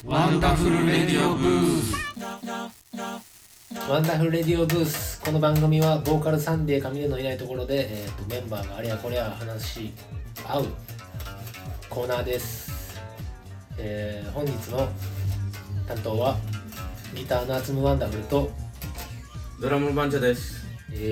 ワンダフルレディオブース。 ワンダフルレディオブース。この番組はボーカルサンデー上出のいないところで、メンバーがあれやこれや話し合うコーナーです。本日の担当はギターのアツムワンダフルとドラムのバンチャです。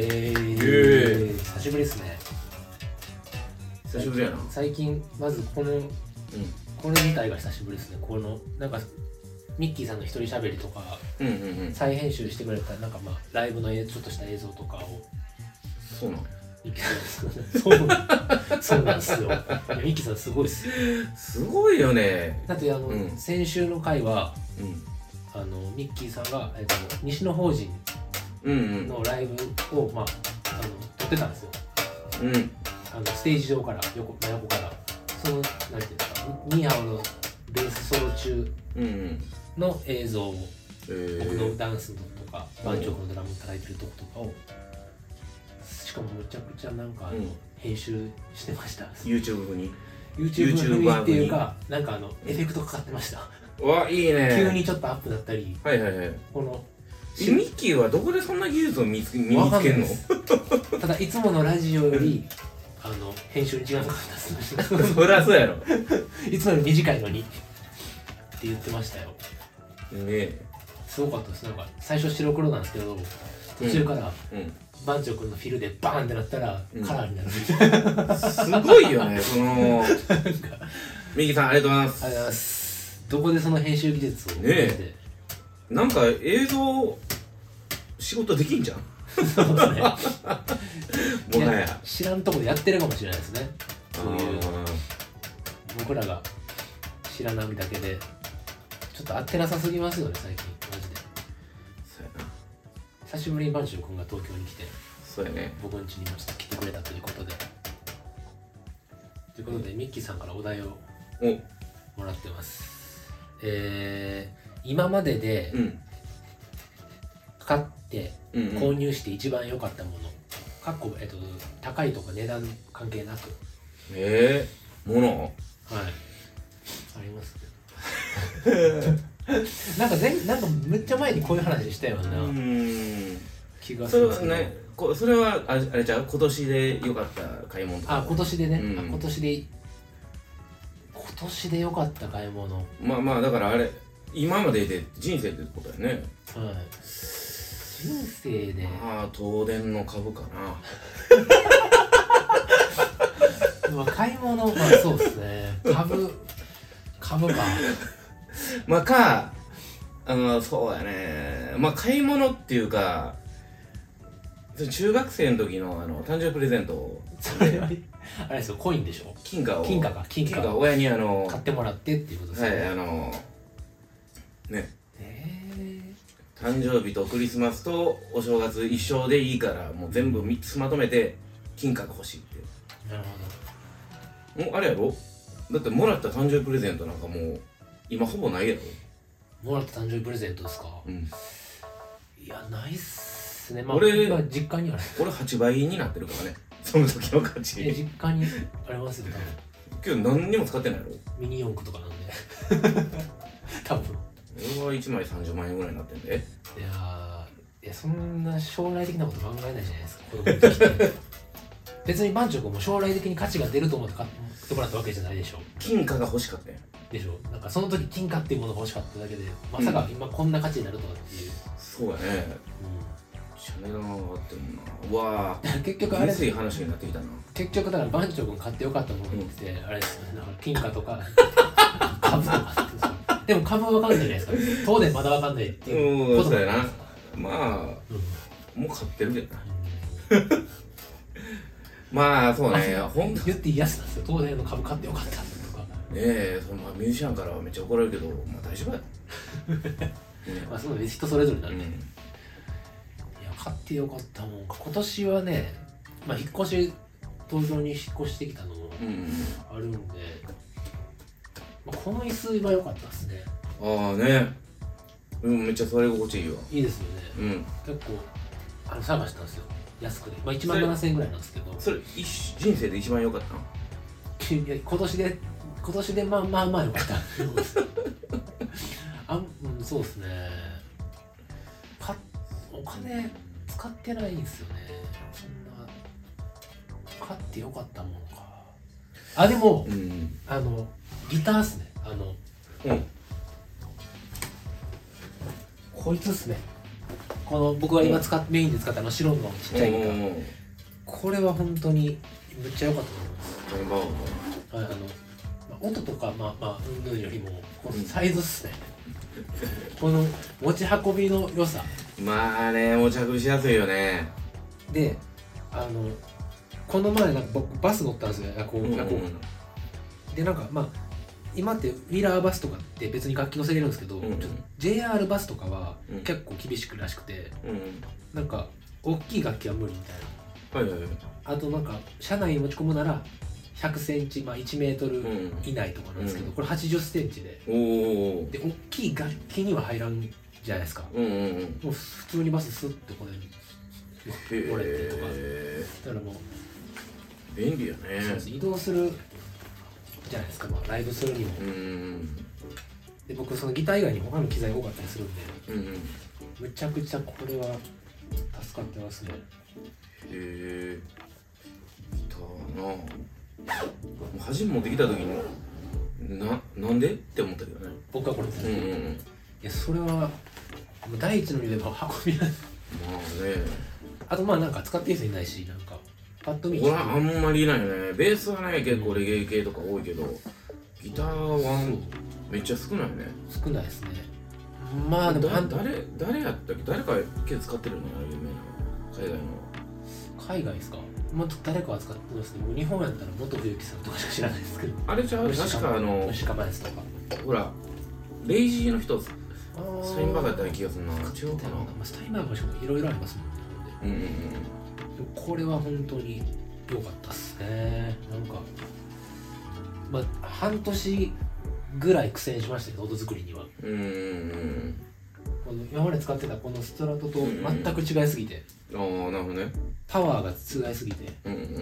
久しぶりですね。 久しぶりやな。 最近まずこれ自体が久しぶりですね。このなんかミッキーさんの一人喋りとか、再編集してくれたなんかライブのちょっとした映像とかを。 そうなの。 ミッキーさんそうなんですよ。ミッキーさんすごいっすよ。 すごいよね。 だって先週の回は、ミッキーさんが、西野法人のライブを、撮ってたんですよ。ステージ上から横からそのなんていうんですか、ニーハオのベースソロ中の映像を、僕のダンスとかバンチョクのドラム叩いてるとことかを、しかもむちゃくちゃなんか編集してました。 YouTube 風に YouTube 風にっていうか、なんかエフェクトかかってました。 わ、いいね。 急にちょっとアップだったり、このミッキーはどこでそんな技術を身につけるの？ ただいつものラジオより編集に時間かかったっす。 そりゃそうやろ。 いつもより短いのにって言ってましたよ。すごかったです。なんか最初白黒なんですけど、途中からバンチョ君のフィルでバーンってなったらカラーになるみたいな。 すごいよね。そのミキさんありがとうございます。 ありがとうございます。どこでその編集技術を覚えて、 なんか映像仕事できんじゃん。 そうですね。もはや知らんとこでやってるかもしれないですね。そういう僕らが知らないだけでちょっと合ってなさすぎますよね、最近マジで。 そうやな。 久しぶりにバンチョ君が東京に来て、 そうやね。 僕ん家にもちょっと来てくれたということで、ミッキーさんからお題をもらってます。今までで買って購入して一番良かったもの、高いとか値段関係なく。 もの？ はい。ありますけど。なんかめっちゃ前にこういう話したような気がするんですけど。 それはあれちゃう？今年で良かった買い物とか。 今年でね。今年で良かった買い物。 だからあれ、今までで人生ってことだよね。 はい。人生で。 東電の株かな。 買い物、そうですね。株か。 そうやね。買い物っていうか、中学生の時の誕生日プレゼントを、 それはあれですよ、コインでしょ。金貨を親に買ってもらってっていうことですね。 誕生日とクリスマスとお正月一緒でいいからもう全部3つまとめて金貨が欲しいって。 なるほど。もうあれやろ、だってもらった誕生日プレゼントなんかもう今ほぼないやろ。 もらった誕生日プレゼントですか？いや、ないっすね。俺実家にある。 俺8倍になってるからね、その時の価値。 実家にありますよ、 多分。けど何にも使ってないやろ。 ミニ四駆とかなんで多分。 俺は1枚30万円ぐらいになってんで。 いやそんな将来的なこと考えないじゃないですか、子供の時って別にバンチョ君も将来的に価値が出ると思って買ってもらったわけじゃないでしょ。 金貨が欲しかったやんでしょ。なんかその時金貨っていうものが欲しかっただけで、まさか今こんな価値になるとはっていう。 そうやね。めっちゃ値段が上がってるもんな。うわー、 結局あれ安い話になってきたな。 結局だからバンチョ君買ってよかったものってあれですよね。なんか金貨とか株とかってさ。でも株は分かんないじゃないですか。東電まだ分かんないっていうことだよな。もう買ってるけどな。そうね。 言っていいやつなんですよ。東電の株買ってよかったとか。 ミュージシャンからはめっちゃ怒られるけど、大丈夫や。 そうね、人それぞれなんで。いや、買ってよかったもんか。今年はね、引っ越し、東京に引っ越してきたのもあるんで、この椅子は良かったですね。 めっちゃ座り心地いいわ。 いいですよね。結構探したんですよ、安くで。1万7000円ぐらいなんですけど。 それ人生で一番良かったの？ いや、今年でまあ良かったそうですね。お金使ってないんですよね。そんな買ってよかったものか。あ、でも、ギターっすね。こいつっすね。この僕が今メインで使った白のちっちゃいギター。これは本当にめっちゃ良かったと思います。音とかうんぬんよりもこのサイズっすね。この持ち運びの良さ。 まあね、持ち運びしやすいよね。 で、この前なんか僕バス乗ったんですよ、夜行で、なんか今ってウィラーバスとかって別に楽器乗せれるんですけど、JR バスとかは結構厳しくらしくて、なんか大きい楽器は無理みたいな。あとなんか車内に持ち込むなら100センチ、1メートル以内とかなんですけど、これ80センチで、大きい楽器には入らんじゃないですか。もう普通にバススッてこれ折れてとか、だからもう便利やね。 移動するじゃないですか、ライブするにも。で、僕そのギター以外に他の機材多かったりするんで、むちゃくちゃこれは助かってますね。 へえ、ギターな。初め持ってきた時になんでって思ったけどね。 僕はこれですね。いや、それは第一の理由で運びない。あとなんか使っていい人いないし、なんかパッと見俺はあんまりいないよね。ベースはね結構レゲエ系とか多いけど、ギターはめっちゃ少ないね。 少ないですね。でも誰やったっけ？誰か系使ってるのよ、有名な海外ですか？誰かは使ってますね。日本やったら元冬樹さんとかしか知らないですけど。 あれじゃあ確か吉川やつとか。 ほらレイジーの人スタインバーガーやったら気がするな。違うかな。 スタインバーガーもしかもいろいろありますもんね。これは本当に良かったっすね。なんか半年ぐらい苦戦しましたけど、音作りには。この今まで使ってたこのストラトと全く違いすぎて、 なるほどね。 パワーが違いすぎて、このなんてい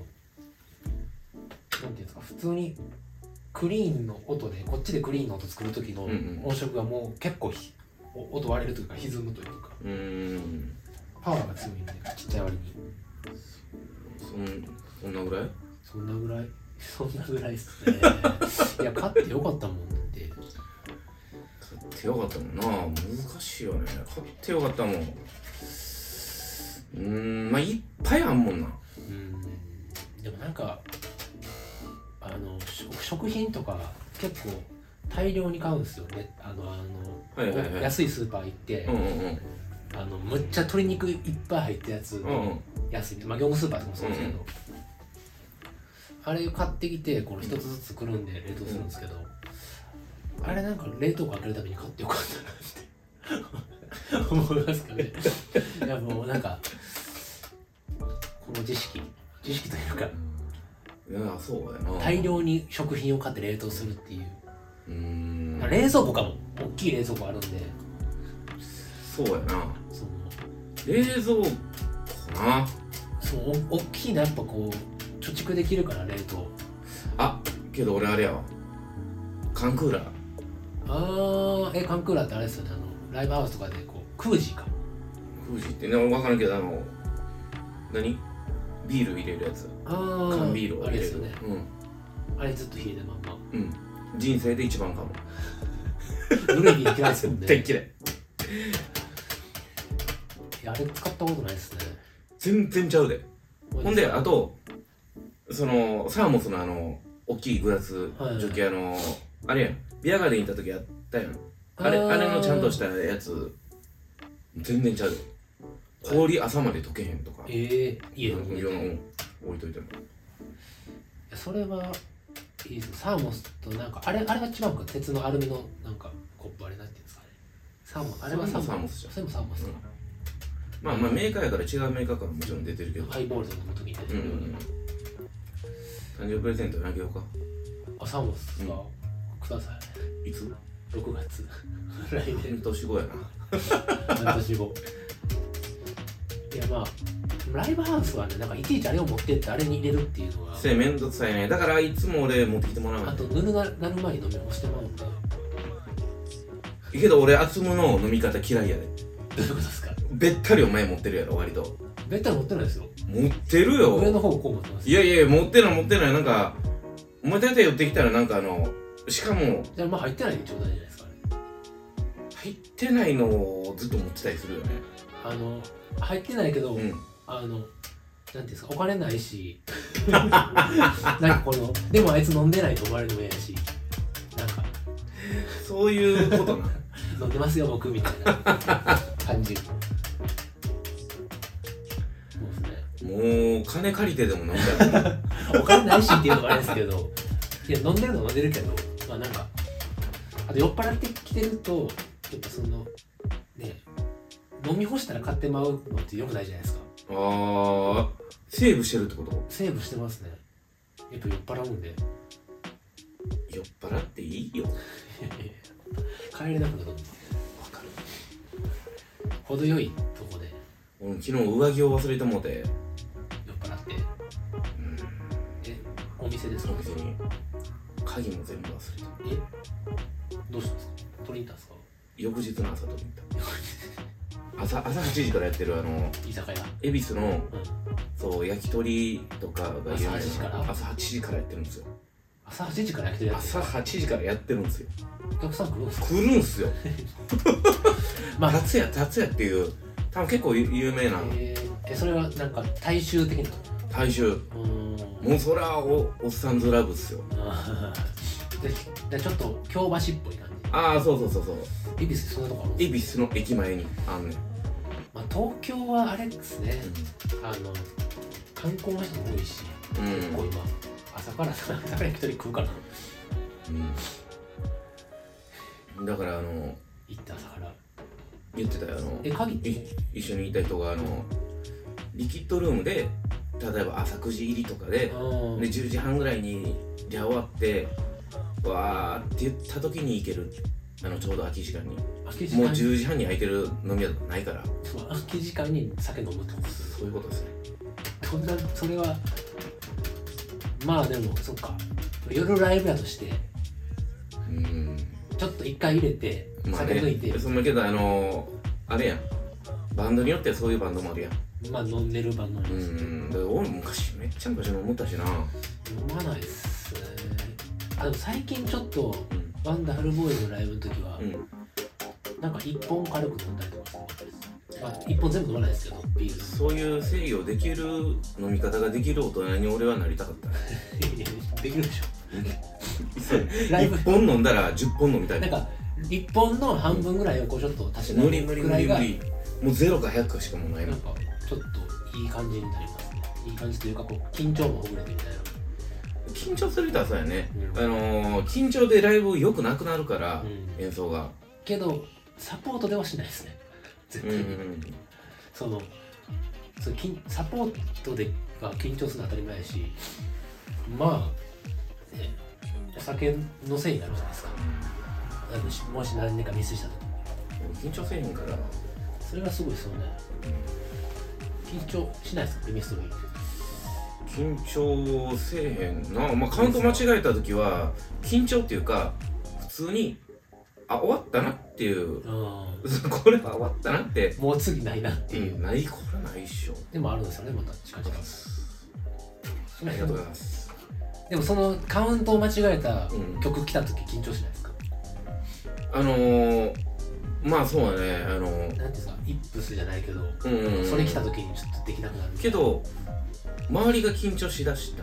うんですか、普通にクリーンの音でこっちでクリーンの音作る時の音色がもう結構音割れるというか歪むというか、パワーが強いんで、ちっちゃい割にそんなぐらいっすね。いや、買ってよかったもんって。 買ってよかったもんな。難しいよね。買ってよかったもん。いっぱいあんもんな。 でもなんか食品とか結構大量に買うんですよね。安いスーパー行って、むっちゃ鶏肉いっぱい入ったやつ、安い、業務スーパーとかもそうですけど、あれを買ってきてこの一つずつくるんで冷凍するんですけど、あれなんか冷凍庫開けるために買ってよかったなって思いますかね。いや、もうなんかこの知識というか、 いや、そうやな。 大量に食品を買って冷凍するっていう。冷蔵庫かも、大きい冷蔵庫あるんで。 そうやな。冷蔵庫な。 大きいのやっぱこう貯蓄できるから冷凍。 けど俺あれやわ、缶クーラー。 缶クーラーってあれですよね、ライブハウスとかでこうクージーか。 クージーってね、分からんけど何ビール入れるやつ。缶ビールを入れる。 あれですよね。あれずっと冷えてまんま。 人生で一番かも。 ぬるいビール嫌いですもんね。 絶対嫌い。 あれ使ったことないですね。 全然ちゃうで。ほんで、あとサーモスの大きいグラスジョキ、あれやん、ビアガーデン行った時あったやん。あれのちゃんとしたやつ全然ちゃうで。氷朝まで溶けへんとか。 家でも置いといても。 それはいいです。サーモスとなんかあれが違うか、鉄のアルミのなんかコップ、あれなんていうんですかね。あれはサーモスじゃん。それもサーモスか。 メーカーやから違うメーカーからもちろん出てるけど。 ハイボールとかの時に出てるような。 誕生日プレゼントあげようか。 サーモスがください。 いつ ？6月。来年。 半年後やな。 半年後。いや、ライブハウスはね、なんかいちいちあれを持ってってあれに入れるっていうのがめんどくさいね。だからいつも俺持ってきてもらう。 あとぬるなる前に飲み干してもらうんで。 けど俺厚むの飲み方嫌いやで。 どういうことですか？ べったりお前持ってるやろ割と。 べったり持ってないですよ。 持ってるよ。 上の方こう持ってます。 いやいや持ってないなんかお前大体寄ってきたらなんかしかもじゃあまあ入ってないでちょうだいじゃないですかね。 入ってないのをずっと持ってたりするよね。 入ってないけど、 うん、 なんていうんですか、お金ないしなんかでもあいつ飲んでないと思われるのも嫌やし、なんかそういうことな飲んでますよ僕みたいな感じ。 もう金借りてでも飲んだらお金ないしっていうのもあれですけど、いや飲んでるの飲んでるけど、まあなんかあと酔っ払ってきてるとやっぱね、飲み干したら買ってまうのってよくないじゃないですか。 ああ、セーブしてるってこと？ セーブしてますね。やっぱ酔っ払うんで。 酔っ払っていいよ帰れなくなるんで。わかる。程よいとこで。 俺昨日上着を忘れてもうて。 酔っ払って。お店ですか？ お店に鍵も全部忘れて。 どうしたんですか？取りに行ったんですか？ 翌日の朝取りに行った。朝8時からやってる居酒屋恵比寿の、そう焼き鳥とかが有名な朝8時からやってるんですよ。 朝8時から焼き鳥やってる。 朝8時からやってるんですよ。 お客さん来るんですか？ 来るんすよまあ達也っていう多分結構有名な、 それはなんか大衆的な大衆もうそれはおっさんずラブっすよでちょっと京橋っぽい感じ。 ああそう恵比寿そんなとこあるん恵比寿の駅前にあんねん。 まあ東京はあれですね、観光の人も多いし、結構今朝から焼き鳥食うからだから行った朝から言ってたよ鍵一緒にいた人がリキッドルームで例えば朝9時入りとかで10時半ぐらいにじゃあ終わってわーって言った時に行けるちょうど空き時間にもう10時半に空いてる飲み屋とかないから空き時間に酒飲むってことです。 そういうことですね。 それはまあでもそっか夜ライブやとしてちょっと一回入れて酒抜いて、 そんなけどあれやんバンドによってはそういうバンドもあるやん。 まあ飲んでるバンドもありますね。俺めっちゃ昔飲むったしな。 飲まないっすね。でも最近ちょっとワンダフルボーイのライブの時はなんか1本軽く飲んだりとかすることです。まあ1本全部飲まないですけどビール。 そういう制御できる飲み方ができる大人に俺はなりたかったできるでしょライブ1本飲んだら10本飲みたいなんか1本の半分ぐらいをこうちょっと足しな無理もう0か100かしかもないの。 なんかちょっといい感じになりますね。いい感じというかこう緊張もほぐれてみたいな。 緊張する人はそうやね、緊張でライブ良くなくなるから、演奏がけどサポートではしないですね絶対に、サポートでは緊張するのは当たり前やし、まあねお酒のせいになるじゃないですか、もし何年かミスした時緊張せえへんからそれがすごいですよね、緊張しないですかミストリー。 緊張せえへんな。まあカウント間違えた時は緊張っていうか普通に終わったなっていうこれは終わったなってもう次ないなっていう、 ないこれないっしょ。 でもあるんですよねまた近々。 ありがとうございます。 でもそのカウントを間違えた曲来た時緊張しないですか？ まあそうだねなんていうんですかイップスじゃないけど、それ来た時にちょっとできなくなるけど周りが緊張しだした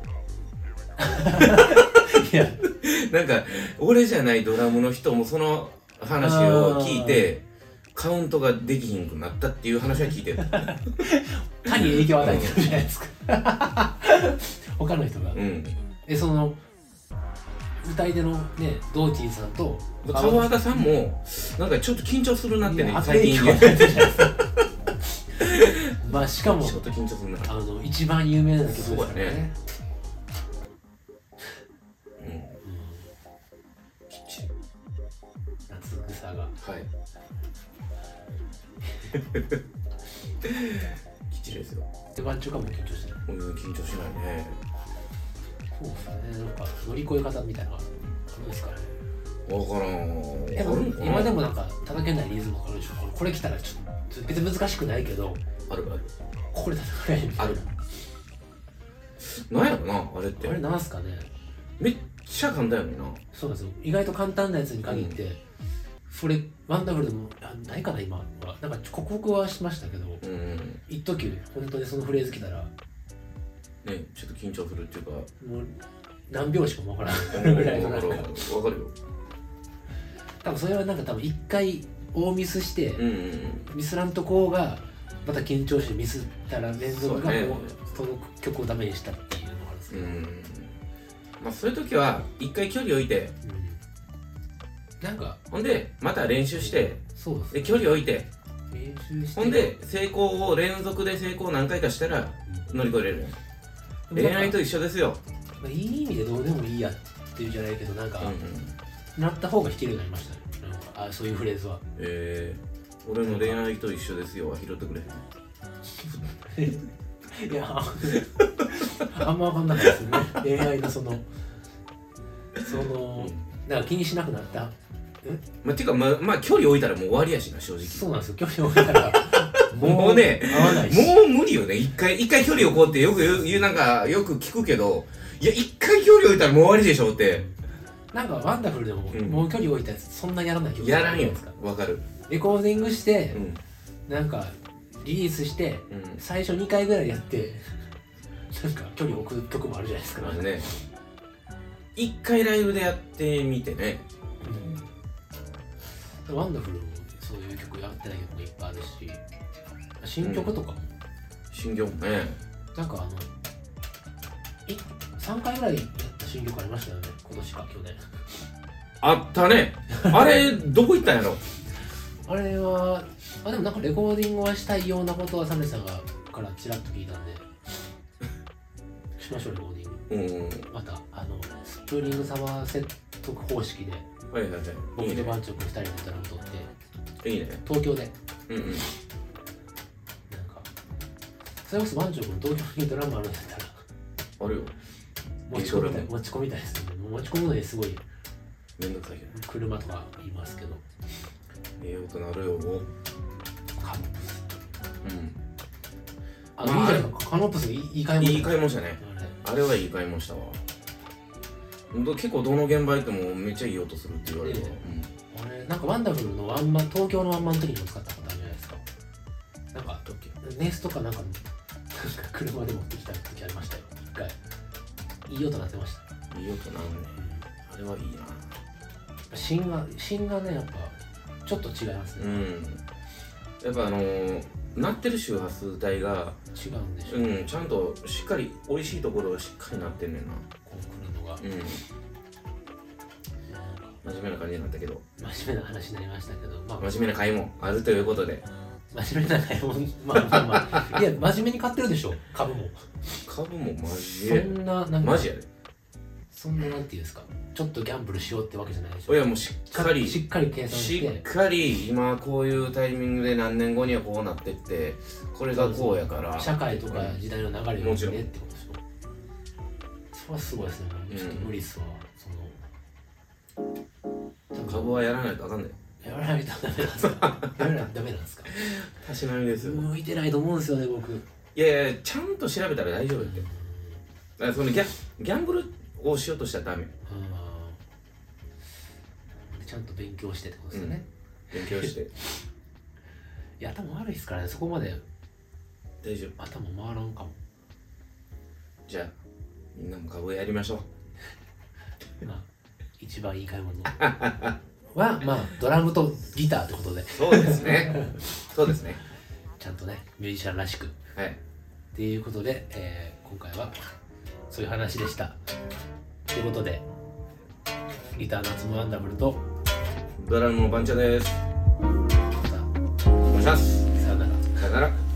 っていういやなんか俺じゃないドラムの人もその話を聞いてカウントができひんくなったっていう話は聞いてる他に影響を与えてるじゃないですか他の人が、その歌い手のねドーティーさんと川田さんもなんかちょっと緊張するなってね最近まあしかもちょっと緊張するな一番有名な曲ですからね。 きっちり夏草がはいきっちりですよ。 出番中かも緊張してない。 緊張しないね。 そうですね。なんか乗り越え方みたいなのがあるんですかね。 分からん。 でも今でもなんか叩けないリズムとかあるでしょ。これ来たらちょっと別に難しくないけど、 あるある。 これ叩かれへんみたいな。 ある。なんやろなあれって。 あれなんすかね。 めっちゃ簡単やのにな。 そうなんですよ。意外と簡単なやつに限って、それワンダフルでもないかな今は。なんか克服はしましたけど、一時本当にそのフレーズ来たらね、ちょっと緊張するっていうか、もう何秒しかもわからないぐらいの。 わかるよ。 多分それはなんか多分一回大ミスして、ミスらんとこうがまた緊張してミスったら連続がもうその曲をダメにしたっていうのがあるんですけど、 まあそういう時は一回距離置いて、 なんかほんでまた練習して、 そうで距離置いて、 練習して、 ほんで成功を連続で成功何回かしたら乗り越えれる。恋愛と一緒ですよ。 いい意味でどうでもいいやっていうじゃないけど、なんか、なった方が弾けるようになりましたね。なんかそういうフレーズは。 俺の恋愛と一緒ですよは拾ってくれ。 いやあんま分かんなかったですね。恋愛のそのなんか気にしなくなった。 てかまあ距離置いたらもう終わりやしな、正直。 そうなんですよ。距離置いたらもうね、 合わないし、 もう無理よね。一回距離置こうってよく言う、なんかよく聞くけど、いや一回距離置いたらもう終わりでしょって。 なんかワンダフルでも、もう距離置いたやつそんなやらない曲やらんよ。わかる。 レコーディングして、なんかリリースして、最初2回ぐらいやってなんか距離置く曲もあるじゃないですか。 まずね、一回ライブでやってみてね。 ワンダフルもそういう曲やってない曲もいっぱいあるし、新曲とかも、 新曲もね、 なんか3回ぐらいやった新曲ありましたよね、今年か去年。 あったね。あれどこ行ったんやろ。 あれはでもなんかレコーディングはしたいようなことはサネさんからちらっと聞いたんでしましょう、レコーディング。またスプリングサマーセット方式で、僕と番長君2人でドラム撮って、 いいね、 東京で。なんかそれこそ番長君東京にドラムあるんだったらあるよ、 持ち込みたいですよね。持ち込むのにすごいめんどくさいけど、 車とか言いますけど、 音なるよ。 カノプス、いいじゃないですか。カノプスいい買い物。 いい買い物したね。あれはいい買い物したわ。結構どの現場行ってもめっちゃいい音するって言われるわ。 俺なんかワンダフルのワンマン、東京のワンマンの時にも使ったことあるじゃないですか。なんかネースとかなんか車で持ってきた時ありましたよ、一回。いい音鳴ってました。 いい音なんね。あれはいいな。 芯がね、やっぱちょっと違いますね。 やっぱ鳴ってる周波数帯が違うんでしょ。 ちゃんとしっかり美味しいところがしっかり鳴ってんねんな。 こう来るのが。 真面目な感じになったけど。 真面目な話になりましたけど、 真面目な買いもあるということで。 真面目な買いもいや真面目に買ってるでしょ、株も。 株もマジで。 そんななんかマジやで。 そんななんていうんですか、ちょっとギャンブルしようってわけじゃないでしょ。 いやもうしっかり計算して、 しっかり今こういうタイミングで何年後にはこうなってって、これがこうやから、 社会とか時代の流れを見てってことでしょ。それはすごいですね。ちょっと無理っすわ。 株はやらないとあかんねん。 やらないとダメなんですか。やらないとダメなんですか。 たしなみですよ。 向いてないと思うんですよね、僕。 いやちゃんと調べたら大丈夫って。だからそのギャンブルをしようとしたらダメ。 ちゃんと勉強してってことですよね。 勉強して。いや、頭悪いですからね、そこまで。 大丈夫。 頭回らんかも。 じゃあみんなも株やりましょう。 一番いい買い物はドラムとギターってことで。 そうですね。そうですね。 ちゃんとね、ミュージシャンらしく。っていうことで、今回はそういう話でした。ということで、ギターの夏のワンダフルとドラムの番茶です。 またお願いします。さよなら。 さよなら。